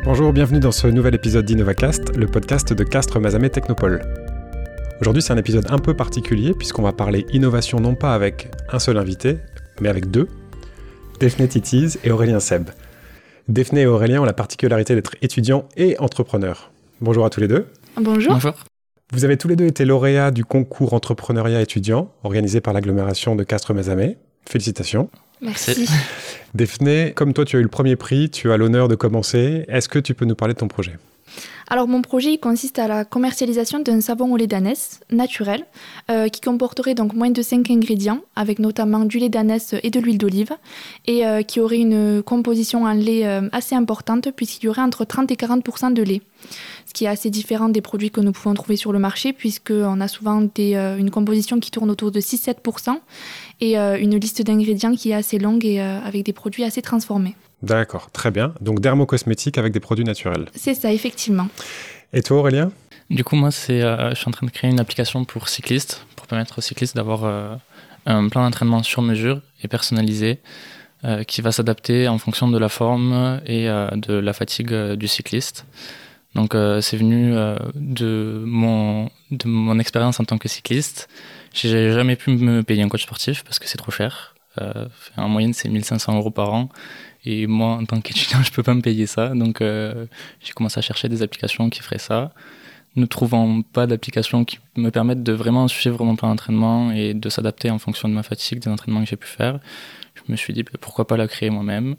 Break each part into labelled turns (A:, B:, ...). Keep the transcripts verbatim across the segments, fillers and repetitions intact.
A: Bonjour, bienvenue dans ce nouvel épisode d'InnovaCast, le podcast de Castres Mazamet Technopole. Aujourd'hui, c'est un épisode un peu particulier puisqu'on va parler innovation non pas avec un seul invité, mais avec deux, Déphné Titiz et Aurélien Seb. Déphné et Aurélien ont la particularité d'être étudiants et entrepreneurs. Bonjour à tous les deux.
B: Bonjour.
C: Bonjour.
A: Vous avez tous les deux été lauréats du concours entrepreneuriat étudiant organisé par l'agglomération de Castres Mazamet. Félicitations.
B: Merci.
A: Déphné, comme toi tu as eu le premier prix, tu as l'honneur de commencer. Est-ce que tu peux nous parler de ton projet ?
B: Alors mon projet il consiste à la commercialisation d'un savon au lait d'ânesse naturel euh, qui comporterait donc moins de cinq ingrédients avec notamment du lait d'ânesse et de l'huile d'olive et euh, qui aurait une composition en lait euh, assez importante puisqu'il y aurait entre trente et quarante pour cent de lait. Ce qui est assez différent des produits que nous pouvons trouver sur le marché puisqu'on a souvent des, euh, une composition qui tourne autour de six à sept pour cent et euh, une liste d'ingrédients qui est assez longue et euh, avec des produits assez transformés.
A: D'accord, très bien. Donc dermocosmétique avec des produits naturels.
B: C'est ça, effectivement.
A: Et toi Aurélien ?
C: Du coup, moi, c'est, euh, je suis en train de créer une application pour cyclistes, pour permettre aux cyclistes d'avoir euh, un plan d'entraînement sur mesure et personnalisé euh, qui va s'adapter en fonction de la forme et euh, de la fatigue euh, du cycliste. Donc, euh, c'est venu euh, de, mon, de mon expérience en tant que cycliste. J'ai jamais pu me payer un coach sportif parce que c'est trop cher. Euh, en moyenne, c'est mille cinq cents euros par an. Et moi, en tant qu'étudiant, je peux pas me payer ça. Donc, euh, j'ai commencé à chercher des applications qui feraient ça. Ne trouvant pas d'applications qui me permettent de vraiment suivre mon plan d'entraînement et de s'adapter en fonction de ma fatigue, des entraînements que j'ai pu faire, je me suis dit, pourquoi pas la créer moi-même.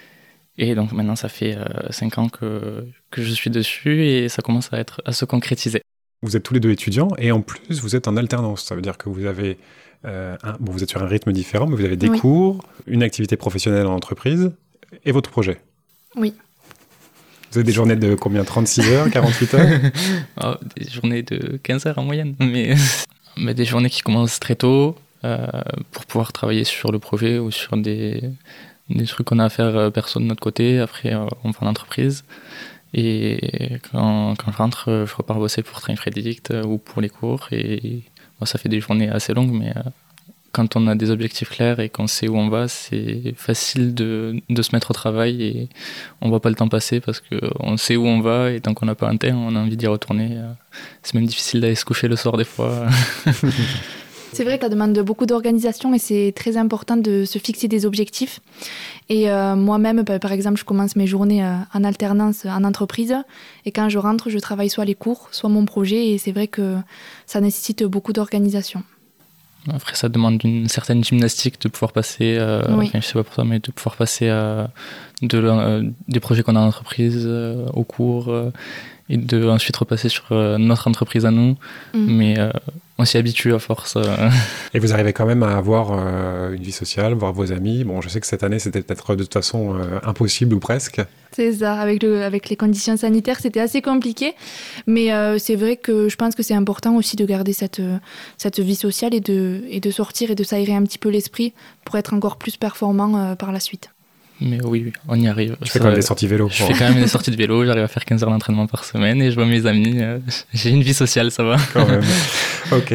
C: Et donc, maintenant, ça fait euh, cinq ans que, que je suis dessus et ça commence à, être, à se concrétiser.
A: Vous êtes tous les deux étudiants et en plus, vous êtes en alternance. Ça veut dire que vous avez... Euh, un, bon, vous êtes sur un rythme différent, mais vous avez des
B: oui.
A: cours, une activité professionnelle en entreprise et votre projet.
B: Oui.
A: Vous avez des journées de combien ? trente-six heures, quarante-huit heures ?
C: Oh, des journées de quinze heures en moyenne, mais, mais des journées qui commencent très tôt euh, pour pouvoir travailler sur le projet ou sur des, des trucs qu'on a à faire perso de notre côté. Après, euh, on va en entreprise. Et quand, quand je rentre, je repars bosser pour Train Predict ou pour les cours. Et bon, ça fait des journées assez longues, mais euh, quand on a des objectifs clairs et qu'on sait où on va, c'est facile de, de se mettre au travail et on ne voit pas le temps passer parce qu'on sait où on va et tant qu'on n'a pas un terme, on a envie d'y retourner. C'est même difficile d'aller se coucher le soir des fois.
B: C'est vrai que ça demande beaucoup d'organisation et c'est très important de se fixer des objectifs. Et euh, moi-même, par exemple, je commence mes journées euh, en alternance en entreprise et quand je rentre, je travaille soit les cours, soit mon projet et c'est vrai que ça nécessite beaucoup d'organisation.
C: Après, ça demande une certaine gymnastique de pouvoir passer, euh,
B: oui.
C: enfin, je sais pas pour toi, mais de pouvoir passer euh, de, euh, des projets qu'on a en entreprise euh, au cours euh, et de ensuite repasser sur euh, notre entreprise à nous. Mm. Mais euh, on s'y habitue à force. Euh.
A: Et vous arrivez quand même à avoir euh, une vie sociale, voir vos amis. Bon, je sais que cette année, c'était peut-être de toute façon euh, impossible ou presque.
B: C'est ça, avec, le, avec les conditions sanitaires, c'était assez compliqué. Mais euh, c'est vrai que je pense que c'est important aussi de garder cette, cette vie sociale et de, et de sortir et de s'aérer un petit peu l'esprit pour être encore plus performant euh, par la suite.
C: Mais oui, oui, on y arrive.
A: Je fais quand même des sorties vélo.
C: Je fais quand même des sorties de vélo, j'arrive à faire quinze heures d'entraînement par semaine et je vois mes amis. Euh, j'ai une vie sociale, ça va.
A: Quand même. Ok.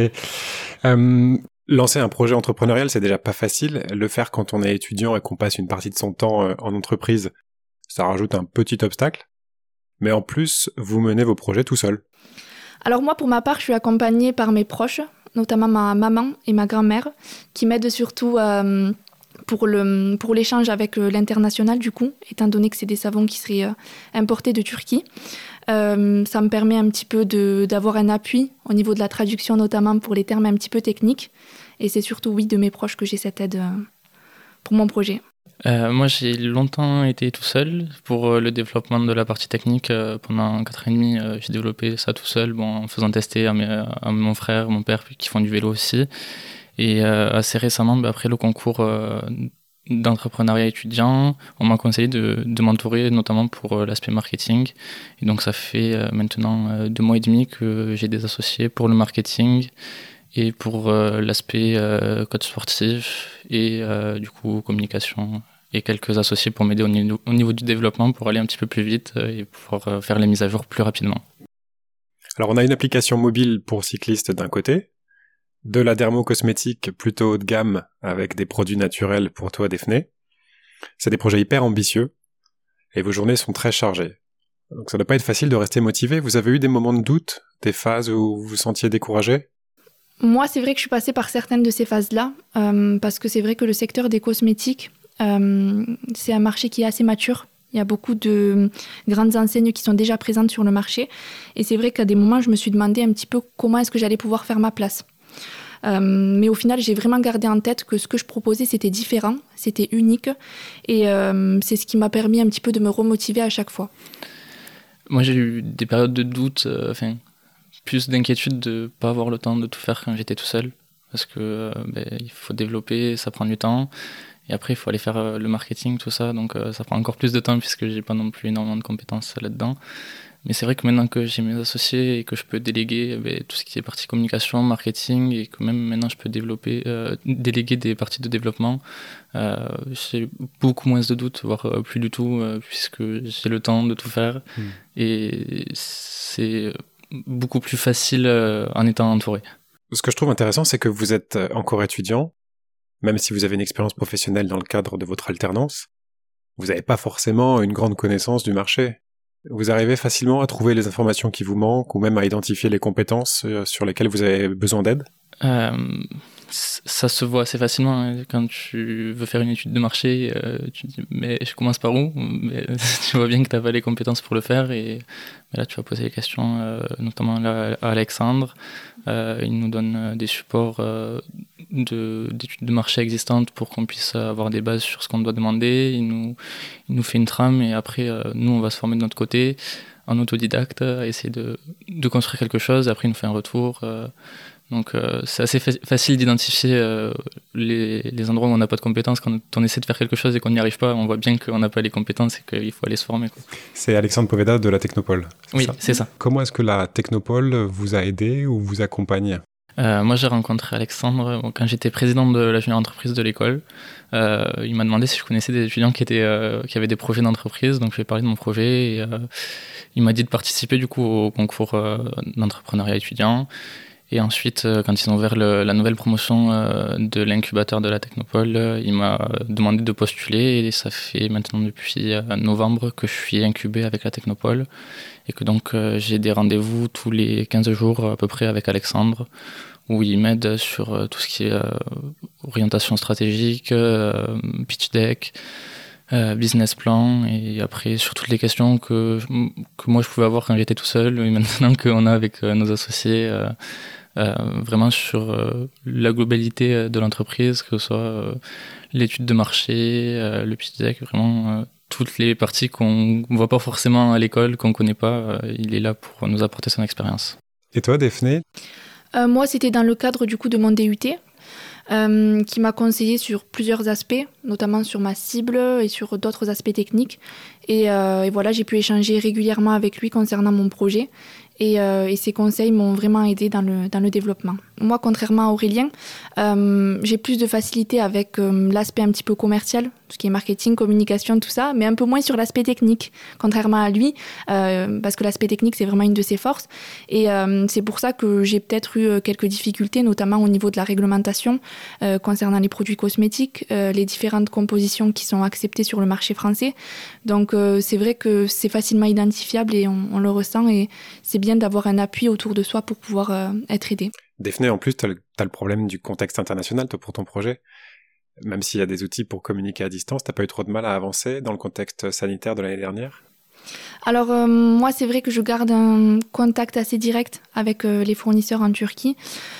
A: Euh, lancer un projet entrepreneurial, c'est déjà pas facile. Le faire quand on est étudiant et qu'on passe une partie de son temps euh, en entreprise, ça rajoute un petit obstacle. Mais en plus, vous menez vos projets tout seul.
B: Alors moi, pour ma part, je suis accompagnée par mes proches, notamment ma maman et ma grand-mère, qui m'aident surtout... Euh, Pour, le, pour l'échange avec l'international, du coup, étant donné que c'est des savons qui seraient euh, importés de Turquie. Euh, ça me permet un petit peu de, d'avoir un appui au niveau de la traduction, notamment pour les termes un petit peu techniques. Et c'est surtout, oui, de mes proches que j'ai cette aide euh, pour mon projet.
C: Euh, moi, j'ai longtemps été tout seul pour le développement de la partie technique. Euh, pendant quatre ans et demi, euh, j'ai développé ça tout seul, bon, en faisant tester à, mes, à mon frère, mon père, qui font du vélo aussi. Et euh, assez récemment, bah, après le concours euh, d'entrepreneuriat étudiant, on m'a conseillé de, de m'entourer, notamment pour euh, l'aspect marketing. Et donc ça fait euh, maintenant euh, deux mois et demi que j'ai des associés pour le marketing et pour euh, l'aspect euh, code sportif et euh, du coup communication. Et quelques associés pour m'aider au niveau, au niveau du développement pour aller un petit peu plus vite et pouvoir euh, faire les mises à jour plus rapidement.
A: Alors on a une application mobile pour cyclistes d'un côté, de la dermocosmétique plutôt haut de gamme avec des produits naturels pour toi, Déphné. C'est des projets hyper ambitieux et vos journées sont très chargées. Donc ça ne doit pas être facile de rester motivé. Vous avez eu des moments de doute, des phases où vous vous sentiez découragé ?
B: Moi, c'est vrai que je suis passée par certaines de ces phases-là, euh, parce que c'est vrai que le secteur des cosmétiques, euh, c'est un marché qui est assez mature. Il y a beaucoup de grandes enseignes qui sont déjà présentes sur le marché. Et c'est vrai qu'à des moments, je me suis demandé un petit peu comment est-ce que j'allais pouvoir faire ma place. Euh, mais au final, j'ai vraiment gardé en tête que ce que je proposais, c'était différent, c'était unique. Et euh, c'est ce qui m'a permis un petit peu de me remotiver à chaque fois.
C: Moi, j'ai eu des périodes de doute, euh, enfin, plus d'inquiétude de ne pas avoir le temps de tout faire quand j'étais tout seul. Parce que euh, ben, il faut développer, ça prend du temps. Et après, il faut aller faire euh, le marketing, tout ça. Donc, euh, ça prend encore plus de temps puisque j'ai pas non plus énormément de compétences là-dedans. Mais c'est vrai que maintenant que j'ai mes associés et que je peux déléguer ben, tout ce qui est partie communication, marketing, et que même maintenant je peux développer, euh, déléguer des parties de développement, euh, j'ai beaucoup moins de doutes, voire euh, plus du tout, euh, puisque j'ai le temps de tout faire. Mmh. Et c'est beaucoup plus facile euh, en étant entouré.
A: Ce que je trouve intéressant, c'est que vous êtes encore étudiant, même si vous avez une expérience professionnelle dans le cadre de votre alternance, vous n'avez pas forcément une grande connaissance du marché. Vous arrivez facilement à trouver les informations qui vous manquent ou même à identifier les compétences sur lesquelles vous avez besoin d'aide ?
C: euh, Ça se voit assez facilement quand tu veux faire une étude de marché. Euh, tu te dis mais je commence par où ? Mais tu vois bien que tu n'as pas les compétences pour le faire et là tu vas poser des questions, euh, notamment là, à Alexandre. Euh, il nous donne des supports euh, de, d'études de marché existantes pour qu'on puisse avoir des bases sur ce qu'on doit demander. Il nous, il nous fait une trame et après euh, nous on va se former de notre côté en autodidacte, essayer de, de construire quelque chose. Après il nous fait un retour. Euh, Donc euh, c'est assez fa- facile d'identifier euh, les, les endroits où on n'a pas de compétences. Quand on essaie de faire quelque chose et qu'on n'y arrive pas, on voit bien qu'on n'a pas les compétences et qu'il faut aller se former, quoi.
A: C'est Alexandre Poveda de la Technopole. C'est
C: oui,
A: ça
C: c'est ça.
A: Comment est-ce que la Technopole vous a aidé ou vous accompagne ?
C: euh, Moi j'ai rencontré Alexandre quand j'étais président de la junior entreprise de l'école. Euh, il m'a demandé si je connaissais des étudiants qui, étaient, euh, qui avaient des projets d'entreprise. Donc je lui ai parlé de mon projet et euh, il m'a dit de participer du coup au concours euh, d'entrepreneuriat étudiant. Et ensuite, quand ils ont ouvert le, la nouvelle promotion euh, de l'incubateur de la Technopole, euh, il m'a demandé de postuler et ça fait maintenant depuis euh, novembre que je suis incubé avec la Technopole et que donc euh, j'ai des rendez-vous tous les quinze jours à peu près avec Alexandre où il m'aide sur euh, tout ce qui est euh, orientation stratégique, euh, pitch deck, euh, business plan et après sur toutes les questions que, que moi je pouvais avoir quand j'étais tout seul et maintenant qu'on a avec euh, nos associés. Euh, Euh, vraiment sur euh, la globalité de l'entreprise, que ce soit euh, l'étude de marché, euh, le pitch deck, vraiment euh, toutes les parties qu'on ne voit pas forcément à l'école, qu'on ne connaît pas, euh, il est là pour nous apporter son expérience.
A: Et toi, Daphné ?
B: euh, Moi, c'était dans le cadre du coup de mon D U T, euh, qui m'a conseillé sur plusieurs aspects, notamment sur ma cible et sur d'autres aspects techniques. Et, euh, et voilà, j'ai pu échanger régulièrement avec lui concernant mon projet. Et, euh, et ces conseils m'ont vraiment aidé dans le, dans le développement. Moi, contrairement à Aurélien, euh, j'ai plus de facilité avec euh, l'aspect un petit peu commercial, tout ce qui est marketing, communication, tout ça, mais un peu moins sur l'aspect technique, contrairement à lui, euh, parce que l'aspect technique, c'est vraiment une de ses forces. Et euh, c'est pour ça que j'ai peut-être eu quelques difficultés, notamment au niveau de la réglementation, euh, concernant les produits cosmétiques, euh, les différentes compositions qui sont acceptées sur le marché français. Donc, euh, c'est vrai que c'est facilement identifiable et on, on le ressent, et c'est bien d'avoir un appui autour de soi pour pouvoir euh, être aidé.
A: Daphné, en plus, tu as le, le problème du contexte international toi, pour ton projet. Même s'il y a des outils pour communiquer à distance, tu n'as pas eu trop de mal à avancer dans le contexte sanitaire de l'année dernière ?
B: Alors, euh, moi, c'est vrai que je garde un contact assez direct avec euh, les fournisseurs en Turquie.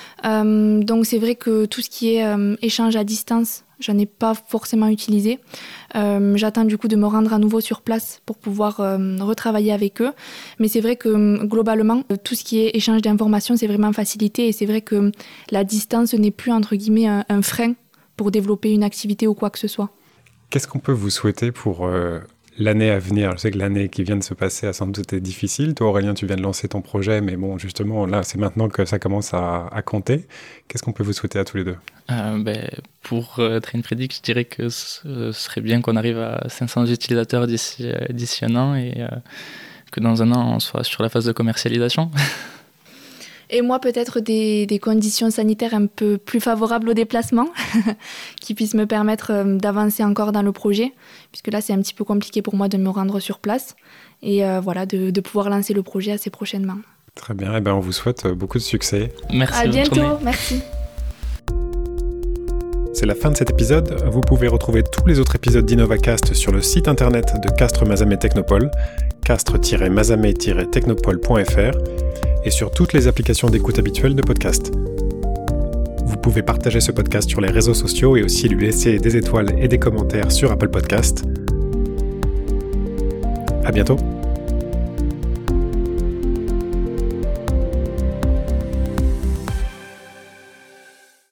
B: Euh, donc, c'est vrai que tout ce qui est euh, échange à distance, je n'ai pas forcément utilisé. Euh, j'attends du coup de me rendre à nouveau sur place pour pouvoir euh, retravailler avec eux. Mais c'est vrai que globalement, tout ce qui est échange d'informations, c'est vraiment facilité. Et c'est vrai que la distance n'est plus, entre guillemets, un, un frein pour développer une activité ou quoi que ce soit.
A: Qu'est-ce qu'on peut vous souhaiter pour euh, l'année à venir ? Je sais que l'année qui vient de se passer a sans doute été difficile. Toi, Aurélien, tu viens de lancer ton projet, mais bon, justement, là, c'est maintenant que ça commence à, à compter. Qu'est-ce qu'on peut vous souhaiter à tous les deux ?
C: Euh, ben, pour euh, Train Predict, je dirais que ce serait bien qu'on arrive à cinq cents utilisateurs d'ici, euh, d'ici un an et euh, que dans un an, on soit sur la phase de commercialisation.
B: Et moi, peut-être des, des conditions sanitaires un peu plus favorables au déplacement, qui puissent me permettre d'avancer encore dans le projet, puisque là, c'est un petit peu compliqué pour moi de me rendre sur place, et euh, voilà, de, de pouvoir lancer le projet assez prochainement.
A: Très bien, et ben on vous souhaite beaucoup de succès.
C: Merci.
B: À bientôt, merci.
A: C'est la fin de cet épisode. Vous pouvez retrouver tous les autres épisodes d'InnovaCast sur le site internet de Castres Mazamet Technopole, castres tiret mazamet tiret technopole point f r, et sur toutes les applications d'écoute habituelles de podcast. Vous pouvez partager ce podcast sur les réseaux sociaux et aussi lui laisser des étoiles et des commentaires sur Apple Podcast. À bientôt.